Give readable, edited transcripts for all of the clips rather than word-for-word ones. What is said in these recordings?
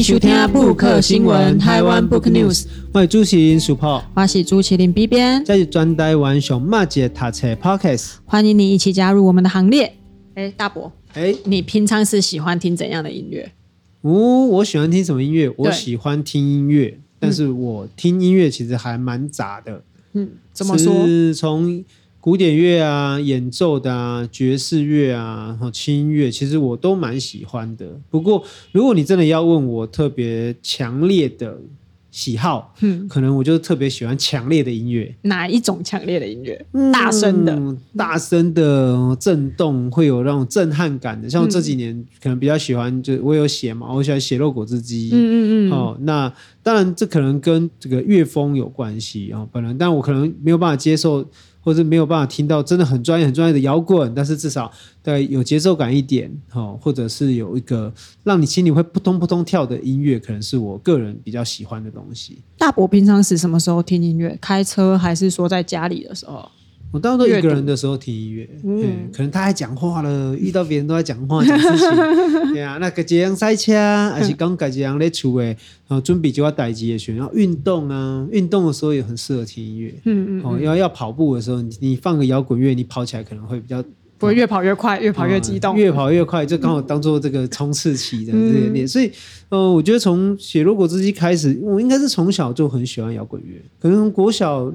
收听布克新闻台湾 Book News， 我是主持人苏泡， 我是主持人 B 边， 这是全台湾上马节读册 Podcast， 欢迎你一起加入我们的行列。大伯，你平常是喜欢听怎样的音乐？ 我喜欢听什么音乐？我喜欢听音乐，但是我听音乐其实还蛮杂的。 怎么说？ 是从古典乐啊、演奏的啊、爵士乐啊、轻音乐，其实我都蛮喜欢的。不过，如果你真的要问我特别强烈的喜好，可能我就特别喜欢强烈的音乐。 哪一种强烈的音乐？大声的、 大声的震动，会有那种震撼感的。像我这几年可能比较喜欢，就我有写嘛，我喜欢血肉果汁机。那当然这可能跟这个乐风有关系啊。本人，但我可能没有办法接受。或者没有办法听到真的很专业的摇滚，但是至少对有节奏感一点，或者是有一个让你心里会扑通扑通跳的音乐，可能是我个人比较喜欢的东西。 大伯平常是什么时候听音乐？开车还是说在家里的时候？ 我当然都一个人的时候听音乐，可能他还讲话了，遇到别人都在讲话讲事情，对啊，那个一样塞车，还是刚自己人在厝诶，准备就要代志的时候，然后运动啊，运动的时候也很适合听音乐，要跑步的时候，你放个摇滚乐，你跑起来可能会比较。 不会越跑越快，越跑越激动， 越跑越快，就刚好当做这个冲刺期的这个练。所以，我觉得从血肉果汁机开始，我应该是从小就很喜欢摇滚乐，可能从国小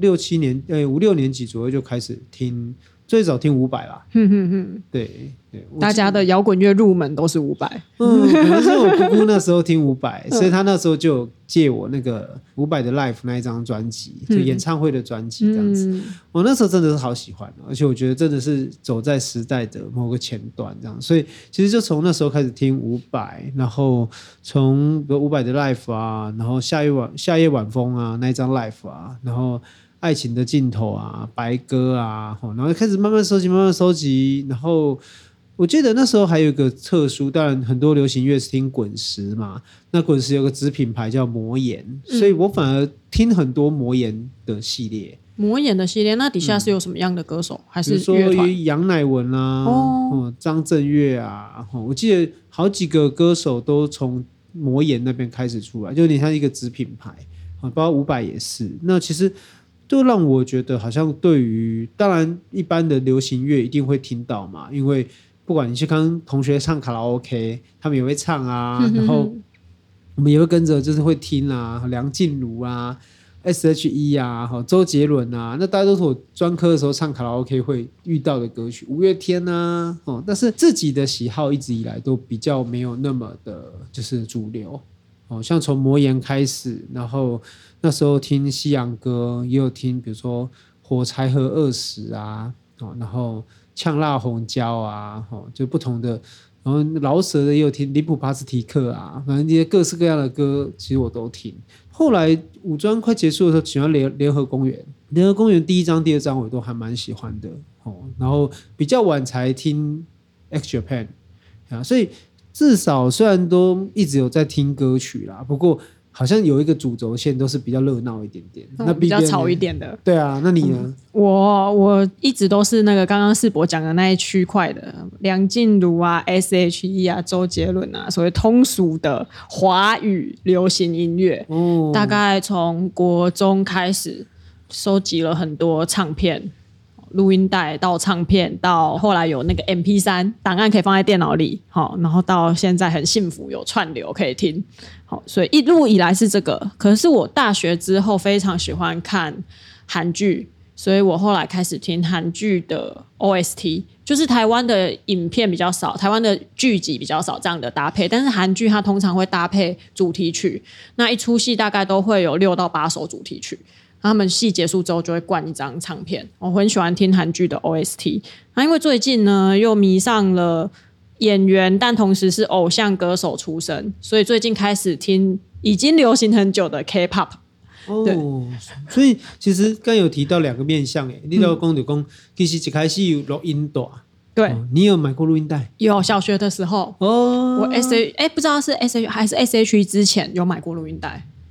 5、6年级左右就开始听，最早听伍佰啦。对， 大家的摇滚乐入门都是伍佰。 可能是我姑姑那时候听伍佰，所以她那时候就借我那个伍佰的 Live 那一张专辑，就演唱会的专辑这样子。我那时候真的是好喜欢，而且我觉得真的是走在时代的某个前端这样，所以其实就从那时候开始听伍佰，然后从伍佰的 Live 啊，然后夏夜晚风啊那一张 Live 啊，然后爱情的尽头啊，白鸽啊，然后开始慢慢收集，然后我记得那时候还有一个特殊，当然很多流行乐是听滚石嘛，那滚石有个子品牌叫魔岩，所以我反而听很多魔岩的系列。 魔岩的系列，那底下是有什么样的歌手？还是乐团？ 比如说杨乃文啊，张震岳啊，我记得好几个歌手都从魔岩那边开始出来，就有点像一个子品牌，包括伍佰也是。那其实都让我觉得好像对于，当然一般的流行乐一定会听到嘛，因为不管你去跟同学唱卡拉 OK， 他们也会唱啊，然后我们也会跟着就是会听啊，梁静茹啊、S.H.E 啊、周杰伦啊，那大家都是我专科的时候唱卡拉 OK 会遇到的歌曲，五月天啊，但是自己的喜好一直以来都比较没有那么的就是主流。像从魔岩开始，然后那时候听西洋歌，也有听比如说火柴盒20啊，然后呛辣红椒啊，就不同的，然后饶舌的也有听，林普巴斯提克啊，反正这些各式各样的歌其实我都听。后来五专快结束的时候，喜欢联合公园，联合公园第1章第2章我都还蛮喜欢的，然后比较晚才听 X Japan 啊，所以至少虽然都一直有在听歌曲啦，不过好像有一个主轴线都是比较热闹一点点，那比较吵一点的。 对啊，那你呢？ 我一直都是那个刚刚世博讲的那一区块的，梁静茹啊、S.H.E 啊、周杰伦啊，所谓通俗的华语流行音乐。大概从国中开始收集了很多唱片。录音带到唱片，到后来有那个 MP3 档案可以放在电脑里，然后到现在很幸福有串流可以听，所以一路以来是这个。可是我大学之后非常喜欢看韩剧，所以我后来开始听韩剧的 OST， 就是台湾的影片比较少，台湾的剧集比较少这样的搭配，但是韩剧它通常会搭配主题曲，那一出戏大概都会有6到8首主题曲。他们戏结束之后就会灌一张唱片，我很喜欢听韩剧的 OST。因为最近呢又迷上了演员，但同时是偶像歌手出身，所以最近开始听已经流行很久的 K-pop。 所以其实刚有提到2个面向，你都讲就讲，其实一开始有录音带。 对， 你有买过录音带？ 有，小学的时候。我不知道是 SH 还是 SH 之前有买过录音带。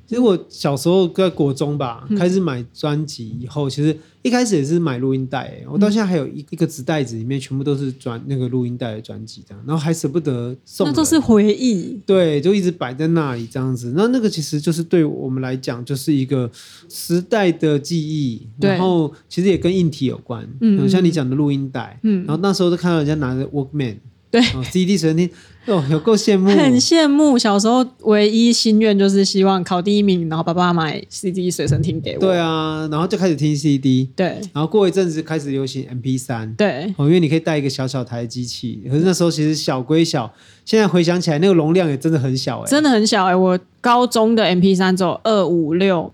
其实我小时候在国中吧，开始买专辑以后，其实一开始也是买录音带，我到现在还有一个纸袋子，里面全部都是那个录音带的专辑这样，然后还舍不得送人， 那都是回忆。 对，就一直摆在那里这样子。那个其实就是对我们来讲，就是一个时代的记忆，然后其实也跟硬体有关，像你讲的录音带，然后那时候都看到人家拿着 Walkman。 对 ，CD 随身听，有够羡慕， 很羡慕。小时候唯一心愿就是希望考第一名，然后爸爸买 CD 随身听给我。 对啊，然后就开始听 CD， 对， 然后过一阵子开始流行 MP3， 对， 因为你可以带一个小小台的机器，可是那时候其实小归小，现在回想起来那个容量也真的很小， 真的很小我高中的 MP3 只有256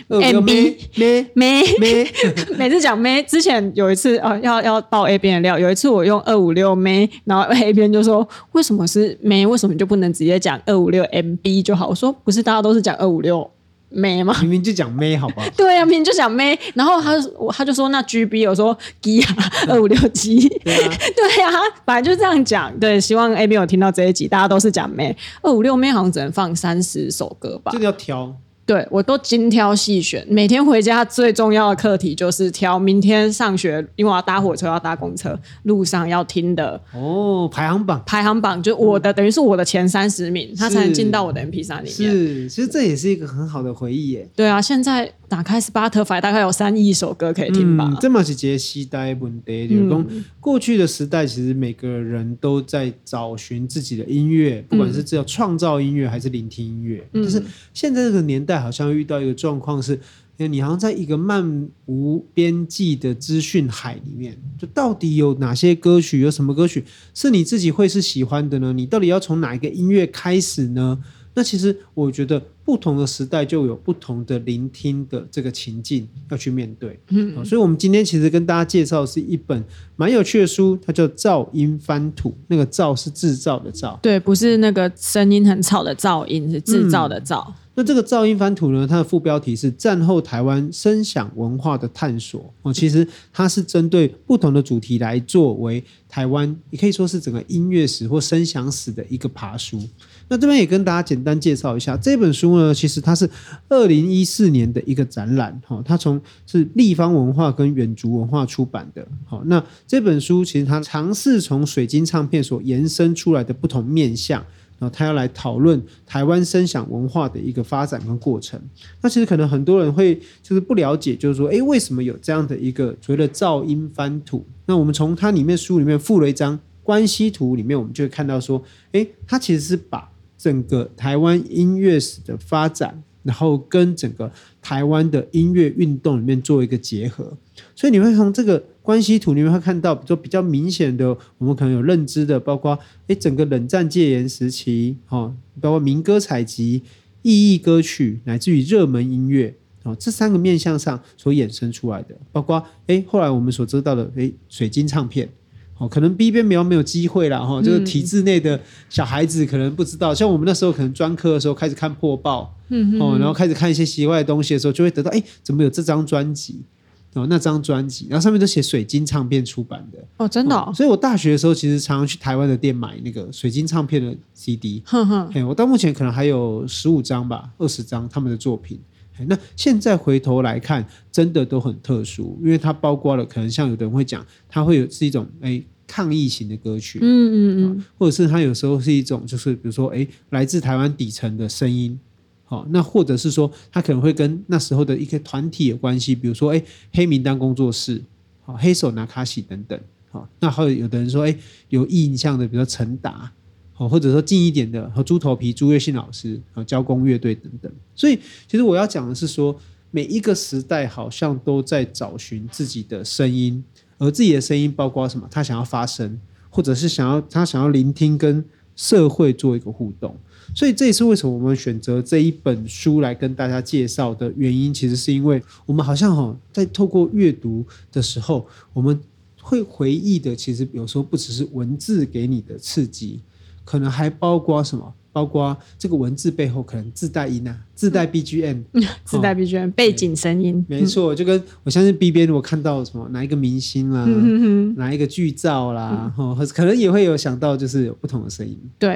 MB， 每次讲之前有一次要爆 A 边的料，有一次我用256 MB， 然后 A 边就说为什么是 MB， 为什么你就不能直接讲256 MB 就好？我说不是大家都是讲256妹吗？ 明明就讲妹好不好？ 对啊，明明就讲妹，然后他就说那 GB， 我说 G 啊，256 G， 对啊，本来就这样讲。对，希望 A B 有听到这一集，大家都是讲妹，256妹好像只能放30首歌吧？ 这个要挑。 对，我都精挑细选，每天回家最重要的课题就是挑明天上学，因为我要搭火车要搭公车，路上要听的排行榜就我的等于是我的前30名，它才能进到我的 MP3 里面。 是，其实这也是一个很好的回忆耶。 对啊，现在打开 Spotify 大概有3亿首歌可以听吧。 这嘛是一个时代的问题，就是说过去的时代其实每个人都在找寻自己的音乐，不管是只有创造音乐还是聆听音乐，但是现在这个年代好像遇到一个状况是，你好像在一个漫无边际的资讯海里面，就到底有哪些歌曲，有什么歌曲是你自己会是喜欢的呢？你到底要从哪一个音乐开始呢？那其实我觉得不同的时代就有不同的聆听的这个情境要去面对。所以我们今天其实跟大家介绍的是一本蛮有趣的书，它叫《噪音翻土》，那个噪是制造的噪， 对，不是那个声音很吵的噪音，是制造的噪。 那这个噪音翻土呢，它的副标题是战后台湾声响文化的探索。其实它是针对不同的主题来作为台湾也可以说是整个音乐史或声响史的一个爬书。那这边也跟大家简单介绍一下这本书呢，其实它是2014年的一个展览，它是立方文化跟远足文化出版的。那这本书其实它尝试从水晶唱片所延伸出来的不同面向，然后他要来讨论台湾声响文化的一个发展跟过程。那其实可能很多人会就是不了解，就是说为什么有这样的一个所谓的噪音翻土。那我们从它里面书里面附了一张关系图，里面我们就会看到说它其实是把整个台湾音乐史的发展，然后跟整个台湾的音乐运动里面做一个结合。所以你会从这个关系图里面会看到比较明显的我们可能有认知的，包括整个冷战戒严时期，包括民歌采集、意义歌曲乃至于热门音乐，这3个面向上所衍生出来的，包括后来我们所知道的水晶唱片，可能 B 边没有机会啦，就是体制内的小孩子可能不知道，像我们那时候可能专科的时候开始看破报，然后开始看一些奇怪的东西的时候，就会得到怎么有这张专辑，那张专辑，然后上面都写水晶唱片出版的真的所以我大学的时候其实常常去台湾的店买那个水晶唱片的 CD， 我到目前可能还有15张吧20张他们的作品。那现在回头来看真的都很特殊，因为它包括了可能像有的人会讲它会是一种抗议型的歌曲，或者是它有时候是一种就是比如说来自台湾底层的声音，那或者是说它可能会跟那时候的一个团体有关系，比如说黑名单工作室、黑手拿卡西等等。那还有的人说有印象的比如说陈达，或者说近一点的猪头皮朱月信老师、交工乐队等等。所以其实我要讲的是说，每一个时代好像都在找寻自己的声音，而自己的声音包括什么？他想要发声，或者是他想要聆听跟社会做一个互动。所以这也是为什么我们选择这一本书来跟大家介绍的原因，其实是因为我们好像在透过阅读的时候，我们会回忆的其实有时候不只是文字给你的刺激，可能还包括什么？包括这个文字背后可能自带音自带 BGM， 自带 BGM 背景声音， 没错，就跟我相信 B 边如果看到什么哪一个明星啦，哪一个剧照啦，可能也会有想到就是有不同的声音。 对，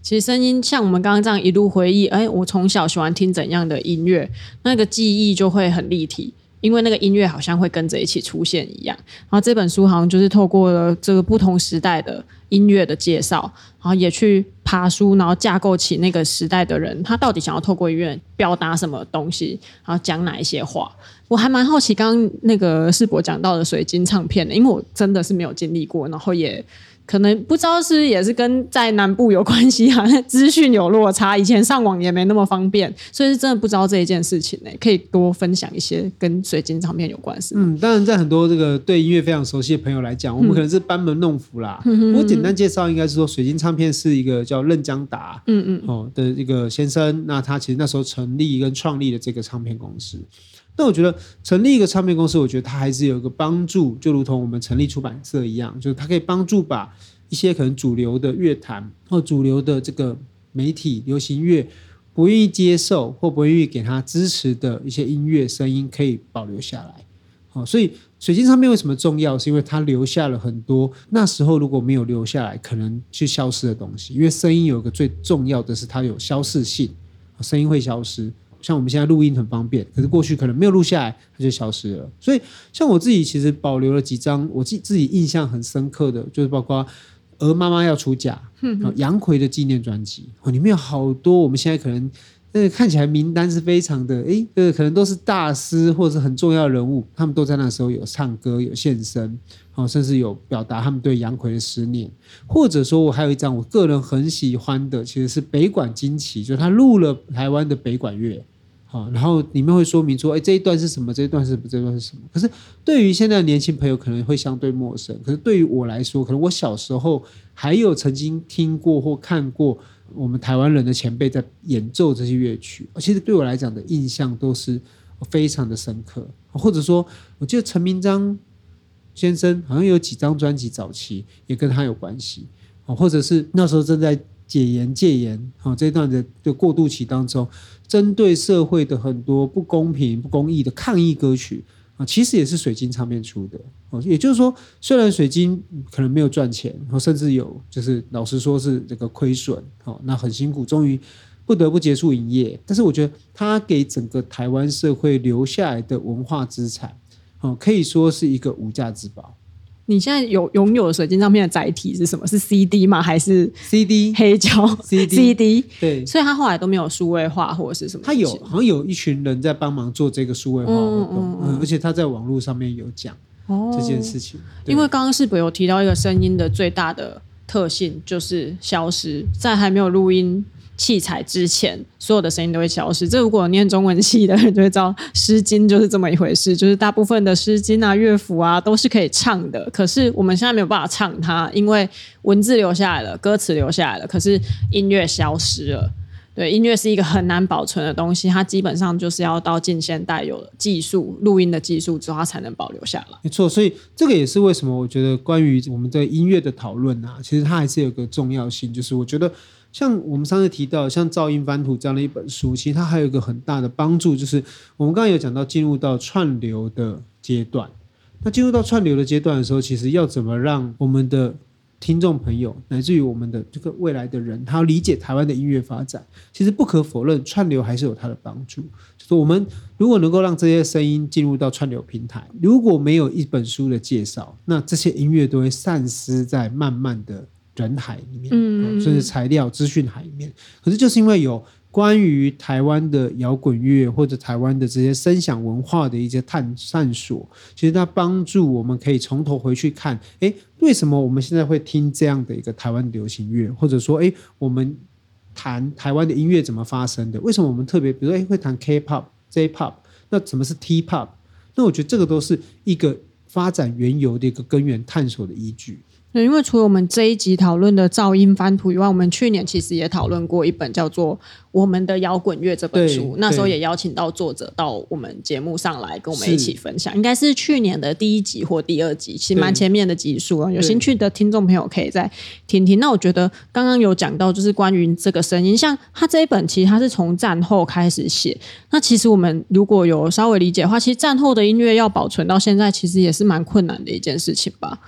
其实声音像我们刚刚这样一路回忆，我从小喜欢听怎样的音乐，那个记忆就会很立体，因为那个音乐好像会跟着一起出现一样。然后这本书好像就是透过了这个不同时代的音乐的介绍，然后也去爬书，然后架构起那个时代的人他到底想要透过音乐表达什么东西，然后讲哪一些话。我还蛮好奇刚刚那个世博讲到的水晶唱片的，因为我真的是没有经历过，然后也可能不知道是不是也是跟在南部有关系啊，资讯有落差，以前上网也没那么方便，所以是真的不知道这一件事情呢，可以多分享一些跟水晶唱片有关系。 当然在很多这个对音乐非常熟悉的朋友来讲，我们可能是班门弄斧啦。不过简单介绍应该是说，水晶唱片是一个叫任江达的一个先生，那他其实那时候成立跟创立了这个唱片公司。那我觉得成立一个唱片公司，我觉得它还是有一个帮助，就如同我们成立出版社一样，就是它可以帮助把一些可能主流的乐坛或主流的这个媒体流行乐不愿意接受或不愿意给他支持的一些音乐声音可以保留下来。所以水晶唱片为什么重要，是因为它留下了很多那时候如果没有留下来可能去消失的东西。因为声音有一个最重要的是它有消逝性，声音会消失，像我们现在录音很方便，可是过去可能没有录下来它就消失了。所以像我自己其实保留了几张我自己印象很深刻的，就是包括鹅妈妈要出嫁，杨奎的纪念专辑，里面有好多我们现在可能看起来名单是非常的可能都是大师或者是很重要的人物，他们都在那时候有唱歌有现身，甚至有表达他们对杨奎的思念。或者说我还有一张我个人很喜欢的，其实是北管惊奇，就是他录了台湾的北管乐，然后里面会说明说这一段是什么，这一段是什么，这一段是什么。可是对于现在的年轻朋友可能会相对陌生，可是对于我来说，可能我小时候还有曾经听过或看过我们台湾人的前辈在演奏这些乐曲，其实对我来讲的印象都是非常的深刻。或者说我记得陈明章先生好像有几张专辑早期也跟他有关系，或者是那时候正在戒严这段的过渡期当中，针对社会的很多不公平不公义的抗议歌曲其实也是水晶唱片出的。也就是说虽然水晶可能没有赚钱，甚至有就是老实说是这个亏损，那很辛苦终于不得不结束营业，但是我觉得它给整个台湾社会留下来的文化资产可以说是一个无价之宝。 你现在拥有水晶唱片的载体是什么？是 CD 吗？还是 CD 黑胶 CD？ 对， 所以他后来都没有数位化或者是什么？ 他好像有一群人在帮忙做这个数位化活动，而且他在网络上面有讲这件事情。 因为刚刚世博有提到一个声音的最大的特性就是消失，在还没有录音器材之前，所有的声音都会消失。这如果念中文系的人就会知道，诗经就是这么一回事，就是大部分的诗经啊、乐府啊都是可以唱的，可是我们现在没有办法唱它，因为文字留下来了，歌词留下来了，可是音乐消失了。对，音乐是一个很难保存的东西，它基本上就是要到近现代有了技术，录音的技术之后，它才能保留下来。 没错，所以这个也是为什么我觉得关于我们的音乐的讨论其实它还是有个重要性，就是我觉得像我们上次提到像噪音翻图这样的一本书，其实它还有一个很大的帮助，就是我们刚刚有讲到进入到串流的阶段。那进入到串流的阶段的时候，其实要怎么让我们的听众朋友乃至于我们的这个未来的人他要理解台湾的音乐发展，其实不可否认串流还是有它的帮助。就是我们如果能够让这些声音进入到串流平台，如果没有一本书的介绍，那这些音乐都会散失在慢慢的人海里面，甚至材料资讯海里面。可是就是因为有关于台湾的摇滚乐或者台湾的这些声响文化的一些探索，其实它帮助我们可以从头回去看，为什么我们现在会听这样的一个台湾流行乐，或者说我们谈台湾的音乐怎么发生的，为什么我们特别比如说会谈 K-pop J-pop， 那什么是 T-pop， 那我觉得这个都是一个发展缘由的一个根源探索的依据。 因为除了我们这一集讨论的噪音翻图以外，我们去年其实也讨论过一本叫做《我们的摇滚乐》这本书，那时候也邀请到作者到我们节目上来跟我们一起分享，应该是去年的第一集或第二集，其实蛮前面的集数，有兴趣的听众朋友可以再听听。那我觉得刚刚有讲到就是关于这个声音，像他这一本其实他是从战后开始写，那其实我们如果有稍微理解的话，其实战后的音乐要保存到现在其实也是蛮困难的一件事情吧。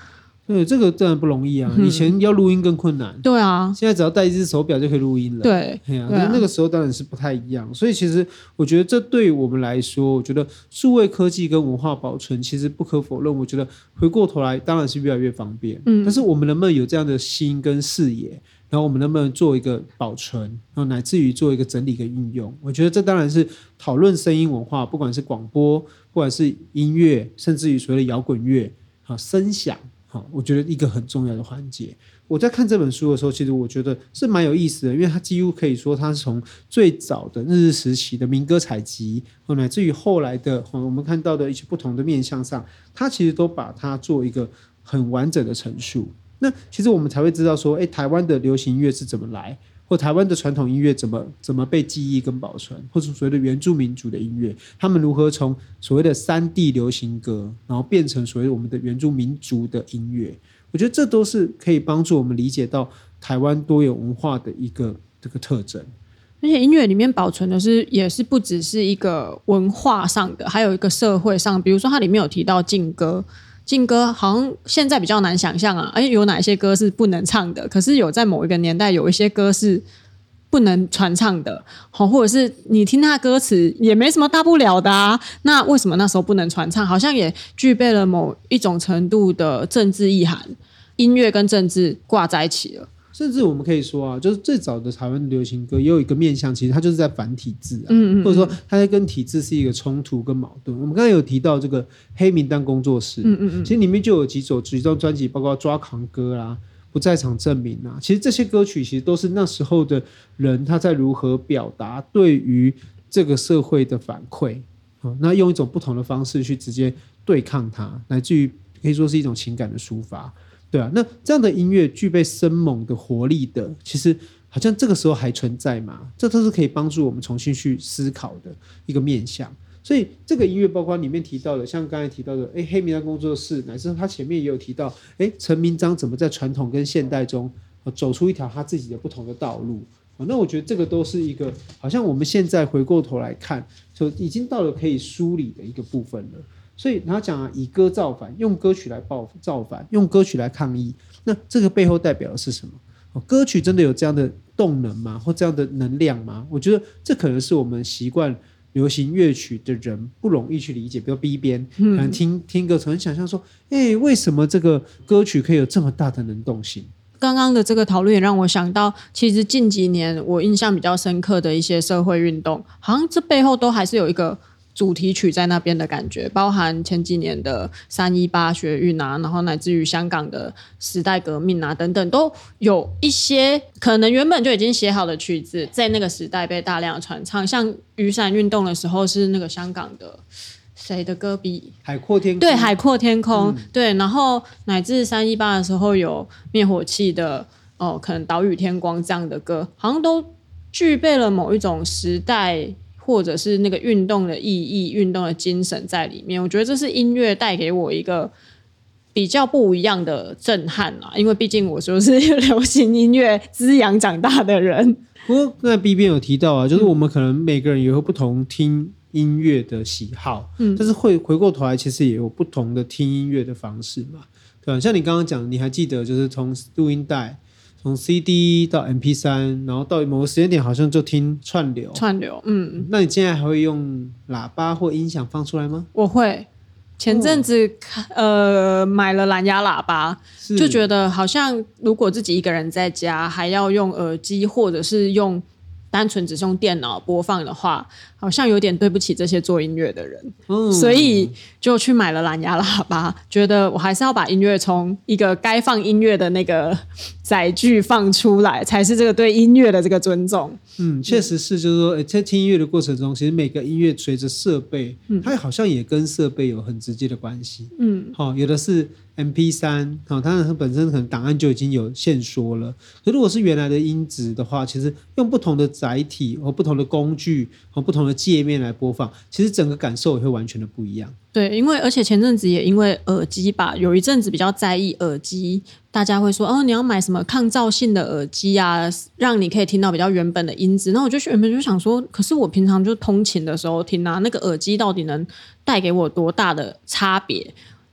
对，这个当然不容易啊，以前要录音更困难。 对啊， 现在只要带一只手表就可以录音了。 对， 那个时候当然是不太一样。所以其实我觉得这对我们来说，我觉得数位科技跟文化保存其实不可否认，我觉得回过头来当然是越来越方便。但是我们能不能有这样的心跟视野，然后我们能不能做一个保存，然后乃至于做一个整理跟运用，我觉得这当然是讨论声音文化，不管是广播，不管是音乐，甚至于所谓的摇滚乐，声响，我觉得一个很重要的环节。我在看这本书的时候，其实我觉得是蛮有意思的，因为它几乎可以说它是从最早的日治时期的民歌采集，乃至于后来的我们看到的一些不同的面向上，它其实都把它做一个很完整的陈述。那其实我们才会知道说，台湾的流行音乐是怎么来，或台湾的传统音乐怎么被记忆跟保存，或者所谓的原住民族的音乐，他们如何从所谓的山地流行歌，然后变成所谓我们的原住民族的音乐。我觉得这都是可以帮助我们理解到台湾多元文化的一个这个特征。 而且音乐里面保存的也是不只是一个文化上的，还有一个社会上，比如说它里面有提到禁歌。禁歌好像现在比较难想象啊，有哪些歌是不能唱的？可是有在某一个年代有一些歌是不能传唱的，或者是你听他歌词也没什么大不了的啊，那为什么那时候不能传唱？好像也具备了某一种程度的政治意涵，音乐跟政治挂在一起了。 甚至我们可以说啊，就是最早的台湾流行歌也有一个面向，其实它就是在反体制啊，或者说它在跟体制是一个冲突跟矛盾。我们刚才有提到这个黑名单工作室，其实里面就有几张专辑，包括抓狂歌啦、不在场证明啊，其实这些歌曲其实都是那时候的人他在如何表达对于这个社会的反馈，那用一种不同的方式去直接对抗它，乃至于可以说是一种情感的抒发。对啊，那这样的音乐具备生猛的活力的，其实好像这个时候还存在嘛？这都是可以帮助我们重新去思考的一个面向。所以这个音乐包括里面提到的，像刚才提到的，黑名单工作室，乃至他前面也有提到，陈明章怎么在传统跟现代中走出一条他自己的不同的道路。那我觉得这个都是一个，好像我们现在回过头来看，就已经到了可以梳理的一个部分了。所以他讲以歌造反，用歌曲来造反，用歌曲来抗议，那这个背后代表的是什么？歌曲真的有这样的动能吗？或这样的能量吗？我觉得这可能是我们习惯流行乐曲的人不容易去理解。比如 B 边可能听歌可能想象说，为什么这个歌曲可以有这么大的能动性？ 刚刚的这个讨论也让我想到，其实近几年我印象比较深刻的一些社会运动，好像这背后都还是有一个主题曲在那边的感觉，包含前几年的318学运啊，然后乃至于香港的时代革命啊等等，都有一些可能原本就已经写好的曲子，在那个时代被大量的传唱。像雨伞运动的时候是那个香港的谁的歌比海阔天空， 对，海阔天空，对，然后乃至318的时候有灭火器的可能岛屿天光这样的歌，好像都具备了某一种时代或者是那个运动的意义、运动的精神在里面。我觉得这是音乐带给我一个比较不一样的震撼啦，因为毕竟我说是流行音乐滋养长大的人。 不过刚才 B 边有提到啊，就是我们可能每个人也会不同听音乐的喜好，但是回过头来其实也有不同的听音乐的方式嘛，对吧？像你刚刚讲，你还记得就是从录音带，从 CD 到 MP3， 然后到某个时间点好像就听串流，那你现在还会用喇叭或音响放出来吗？ 我会，前阵子买了蓝牙喇叭，就觉得好像如果自己一个人在家还要用耳机或者是用单纯只用电脑播放的话，好像有点对不起这些做音乐的人，所以就去买了蓝牙喇叭，觉得我还是要把音乐从一个该放音乐的那个载具放出来，才是这个对音乐的这个尊重。 确实是，就是说在听音乐的过程中，其实每个音乐随着设备，它好像也跟设备有很直接的关系。有的是 MP3，当然它本身可能档案就已经有限缩了，可如果是原来的音质的话，其实用不同的载体或不同的工具和不同的界面来播放，其实整个感受也会完全的不一样。 对，因为而且前阵子也因为耳机吧，有一阵子比较在意耳机，大家会说你要买什么抗噪性的耳机啊，让你可以听到比较原本的音质。那我就原本就想说，可是我平常就通勤的时候听啊，那个耳机到底能带给我多大的差别？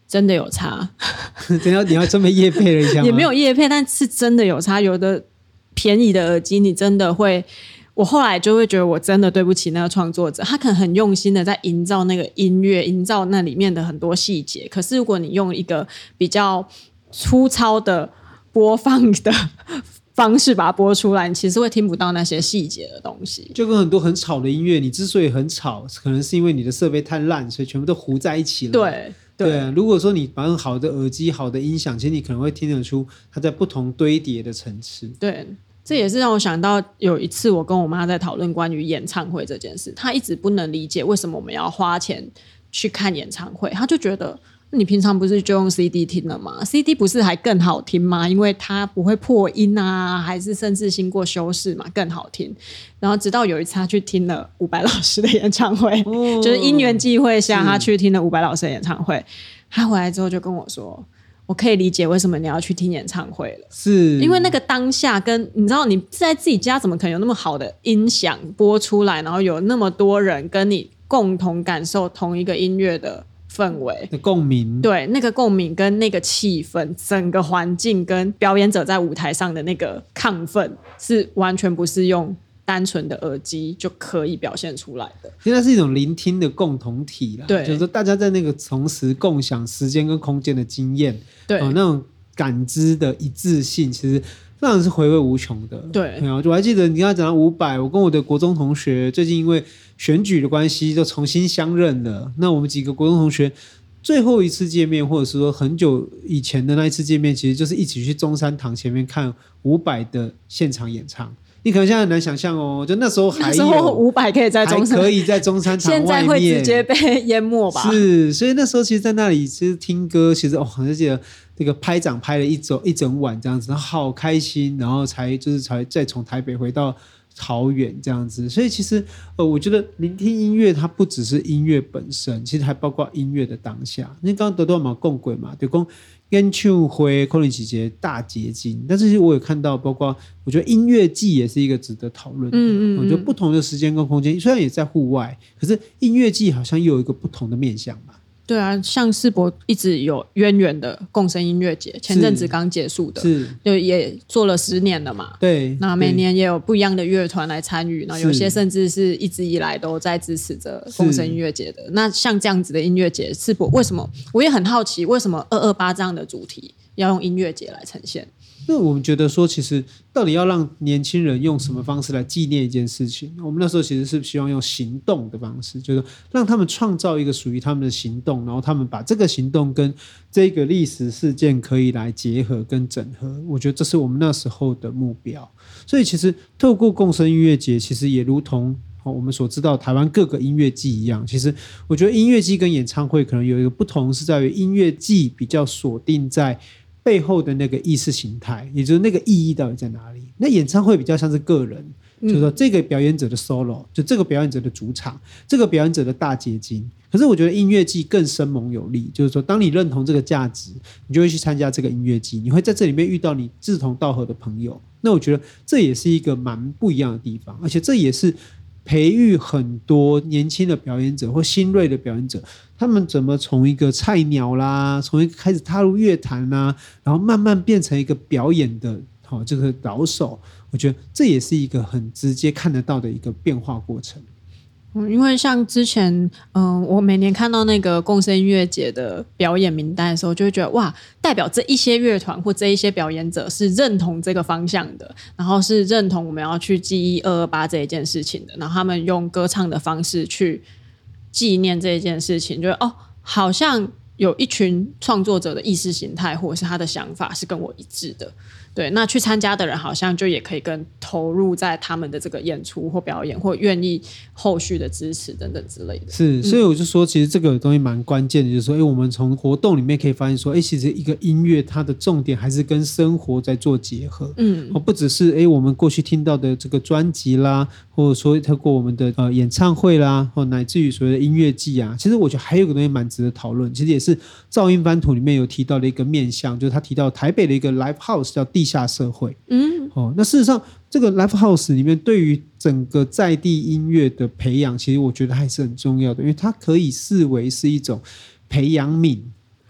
真的有差。 你要这么业配了一下吗？ 也没有业配，但是真的有差。有的便宜的耳机你真的会，我后来就会觉得我真的对不起那个创作者，他可能很用心的在营造那个音乐，营造那里面的很多细节，可是如果你用一个比较粗糙的播放的方式把它播出来，你其实会听不到那些细节的东西。 就跟很多很吵的音乐，你之所以很吵，可能是因为你的设备太烂，所以全部都糊在一起了。对啊，如果说你把好的耳机、好的音响，其实你可能会听得出它在不同堆叠的层次。 对，这也是让我想到有一次我跟我妈在讨论关于演唱会这件事，她一直不能理解为什么我们要花钱去看演唱会，她就觉得你平常不是就用 CD 听了吗？ CD 不是还更好听吗？因为它不会破音啊，还是甚至经过修饰嘛，更好听。然后直到有一次他去听了伍佰老师的演唱会，就是因缘际会下他去听了伍佰老师的演唱会，他回来之后就跟我说，我可以理解为什么你要去听演唱会了， 是因为那个当下跟你知道你在自己家怎么可能有那么好的音响播出来，然后有那么多人跟你共同感受同一个音乐的氛围的共鸣。 对，那个共鸣跟那个气氛，整个环境跟表演者在舞台上的那个亢奋是完全不是用单纯的耳机就可以表现出来的。 其实它是一种聆听的共同体啦， 对， 就是说大家在那个同时共享时间跟空间的经验， 对， 那种感知的一致性，其实当然是回味无穷的。 对， 我还记得你刚才讲到500，我跟我的国中同学最近因为选举的关系就重新相认了。那我们几个国中同学最后一次见面，或者是说很久以前的那一次见面，其实就是一起去中山堂前面看500的现场演唱。你可能现在很难想象哦，就那时候还有，那时候 500可以在中山， 还可以在中山堂外面， 现在会直接被淹没吧？ 是，所以那时候其实在那里其实听歌，其实好像记得这个拍掌拍了一整晚这样子，好开心，然后才再从台北回到桃园这样子。所以其实我觉得聆听音乐它不只是音乐本身，其实还包括音乐的当下。因为刚刚得到嘛共轨嘛，对，讲演唱会可能是一个大结晶，但是其实我有看到，包括我觉得音乐季也是一个值得讨论的。我觉得不同的时间跟空间，虽然也在户外，可是音乐季好像又有一个不同的面向吧。 对啊，像世博一直有渊源的共生音乐节，前阵子刚结束的，就也做了10年了嘛。 对， 那每年也有不一样的乐团来参与，那有些甚至是一直以来都在支持着共生音乐节的。那像这样子的音乐节，世博为什么？我也很好奇，为什么228这样的主题要用音乐节来呈现？ 那我们觉得说，其实到底要让年轻人用什么方式来纪念一件事情？我们那时候其实是希望用行动的方式，就是让他们创造一个属于他们的行动，然后他们把这个行动跟这个历史事件可以来结合跟整合。我觉得这是我们那时候的目标。所以其实透过共生音乐节，其实也如同我们所知道台湾各个音乐季一样，其实我觉得音乐季跟演唱会可能有一个不同，是在于音乐季比较锁定在背后的那个意识形态，也就是那个意义到底在哪里。那演唱会比较像是个人，就是说这个表演者的 solo， 就这个表演者的主场，这个表演者的大结晶。可是我觉得音乐季更生猛有力，就是说当你认同这个价值，你就会去参加这个音乐季，你会在这里面遇到你志同道合的朋友。那我觉得这也是一个蛮不一样的地方，而且这也是培育很多年轻的表演者或新锐的表演者，他们怎么从一个菜鸟啦，从一个开始踏入乐坛啦，然后慢慢变成一个表演的这个老手，我觉得这也是一个很直接看得到的一个变化过程。 因为像之前我每年看到那个共生音乐节的表演名单的时候，就会觉得哇，代表这一些乐团或这一些表演者是认同这个方向的，然后是认同我们要去记忆228这一件事情的，然后他们用歌唱的方式去纪念这一件事情，觉得好像有一群创作者的意识形态或者是他的想法是跟我一致的。对，那去参加的人好像就也可以更投入在他们的这个演出或表演，或愿意后续的支持等等之类的。 是，所以我就说其实这个东西蛮关键的，就是说我们从活动里面可以发现说其实一个音乐它的重点还是跟生活在做结合。不只是我们过去听到的这个专辑啦，或者说透过我们的演唱会啦，或乃至于所谓的音乐季啊，其实我觉得还有一个东西蛮值得讨论，其实也是噪音翻图里面有提到的一个面向，就是他提到台北的一个 live house 叫地下社会。那事实上这个 live house 里面对于整个在地音乐的培养，其实我觉得还是很重要的，因为它可以视为是一种培养皿，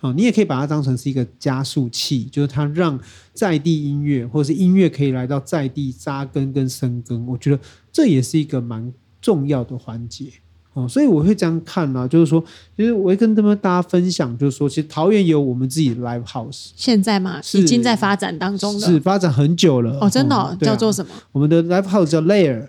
你也可以把它当成是一个加速器，就是它让在地音乐或者是音乐可以来到在地扎根跟生根，我觉得这也是一个蛮重要的环节。所以我会这样看啊，就是说其实我会跟大家分享，就是说其实桃园也有我们自己的 live house， 现在嘛已经在发展当中了， 是发展很久了真的叫做什么？ 我们的 live house 叫 Layer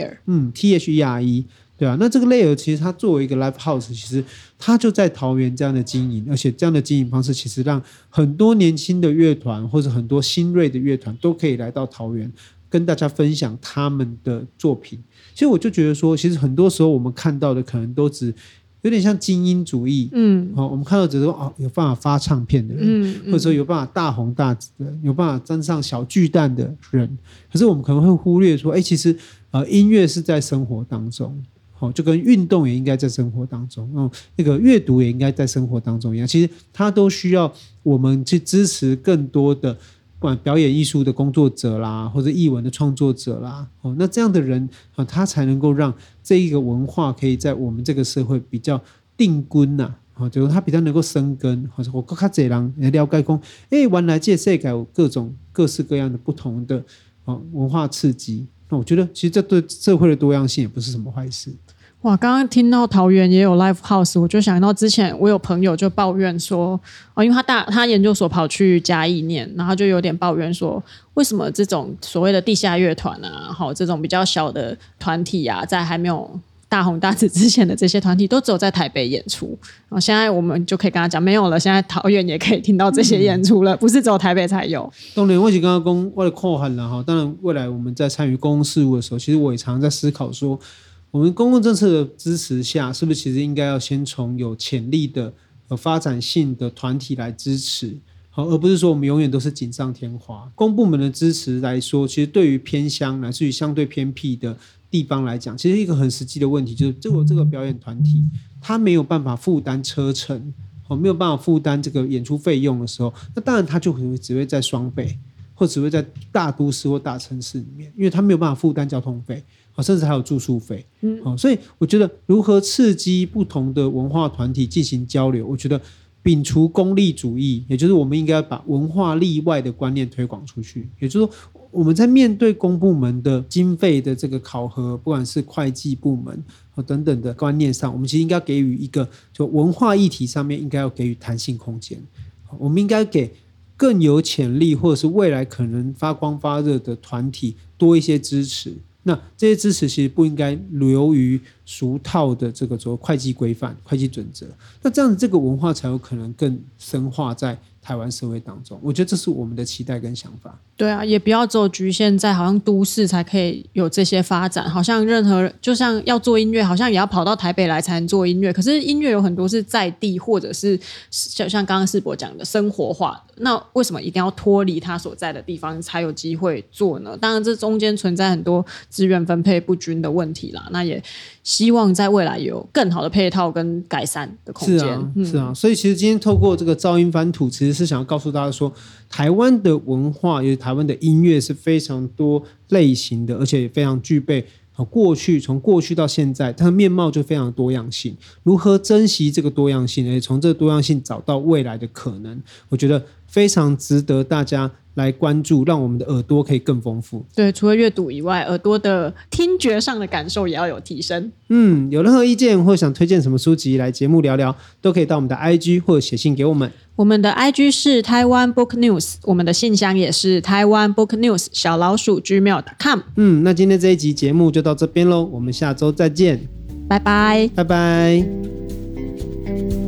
THERE， 对啊，那这个 Layer 其实它作为一个 live house， 其实它就在桃园这样的经营，而且这样的经营方式其实让很多年轻的乐团或者很多新锐的乐团都可以来到桃园跟大家分享他们的作品。其实我就觉得说，其实很多时候我们看到的可能都只有点像精英主义，我们看到只是说有办法发唱片的人，或者说有办法大红大紫的人，有办法站上小巨蛋的人，可是我们可能会忽略说，其实音乐是在生活当中，就跟运动也应该在生活当中，那个阅读也应该在生活当中一样，其实它都需要我们去支持更多的不管表演艺术的工作者啦，或者艺文的创作者啦，那这样的人他才能够让这一个文化可以在我们这个社会比较定根呐，就是他比较能够生根，或者我更多人来了解说，原来这个世界有各式各样的不同的文化刺激，那我觉得其实这对社会的多样性也不是什么坏事。 哇，刚刚听到桃园也有 live house， 我就想到之前我有朋友就抱怨说，因为他研究所跑去嘉义念，然后就有点抱怨说，为什么这种所谓的地下乐团啊，这种比较小的团体啊，在还没有大红大紫之前的这些团体都只有在台北演出，然后现在我们就可以跟他讲没有了，现在桃园也可以听到这些演出了，不是只有台北才有。 当然我是刚刚说我的看法啦，当然未来我们在参与公共事务的时候，其实我也常常在思考说，我们公共政策的支持下，是不是其实应该要先从有潜力的有发展性的团体来支持，而不是说我们永远都是锦上添花。公部门的支持来说，其实对于偏乡乃至于相对偏僻的地方来讲，其实一个很实际的问题就是这个表演团体他没有办法负担车程，没有办法负担这个演出费用的时候，那当然他就只会在双北或只会在大都市或大城市里面，因为他没有办法负担交通费，甚至还有住宿费，所以我觉得如何刺激不同的文化团体进行交流，我觉得摒除功利主义，也就是我们应该把文化例外的观念推广出去，也就是说我们在面对公部门的经费的这个考核，不管是会计部门等等的观念上，我们其实应该给予一个就文化议题上面应该要给予弹性空间，我们应该给更有潜力或者是未来可能发光发热的团体多一些支持。那这些支持其实不应该流于俗套的这个会计规范、会计准则，那这样子这个文化才有可能更深化在台湾社会当中。我觉得这是我们的期待跟想法。对啊， 也不要只有局限在好像都市才可以有这些发展，好像任何就像要做音乐，好像也要跑到台北来才能做音乐。可是音乐有很多是在地，或者是像刚刚世博讲的生活化的，那为什么一定要脱离他所在的地方才有机会做呢？当然这中间存在很多资源分配不均的问题啦，那也希望在未来有更好的配套跟改善的空间。 是啊，所以其实今天透过这个噪音翻土，其实是想要告诉大家说，台湾的文化，也就是台湾的音乐是非常多类型的，而且也非常具备从过去到现在，它的面貌就非常多样性。如何珍惜这个多样性，而且从这个多样性找到未来的可能，我觉得非常值得大家来关注，让我们的耳朵可以更丰富。对， 除了阅读以外，耳朵的听觉上的感受也要有提升。 有任何意见或想推荐什么书籍来节目聊聊，都可以到我们的 IG 或者写信给我们。 我们的 IG 是台湾 Book News， 我们的信箱也是台湾 Book News @gmail.com。 那今天这一集节目就到这边咯，我们下周再见， 拜拜， 拜拜。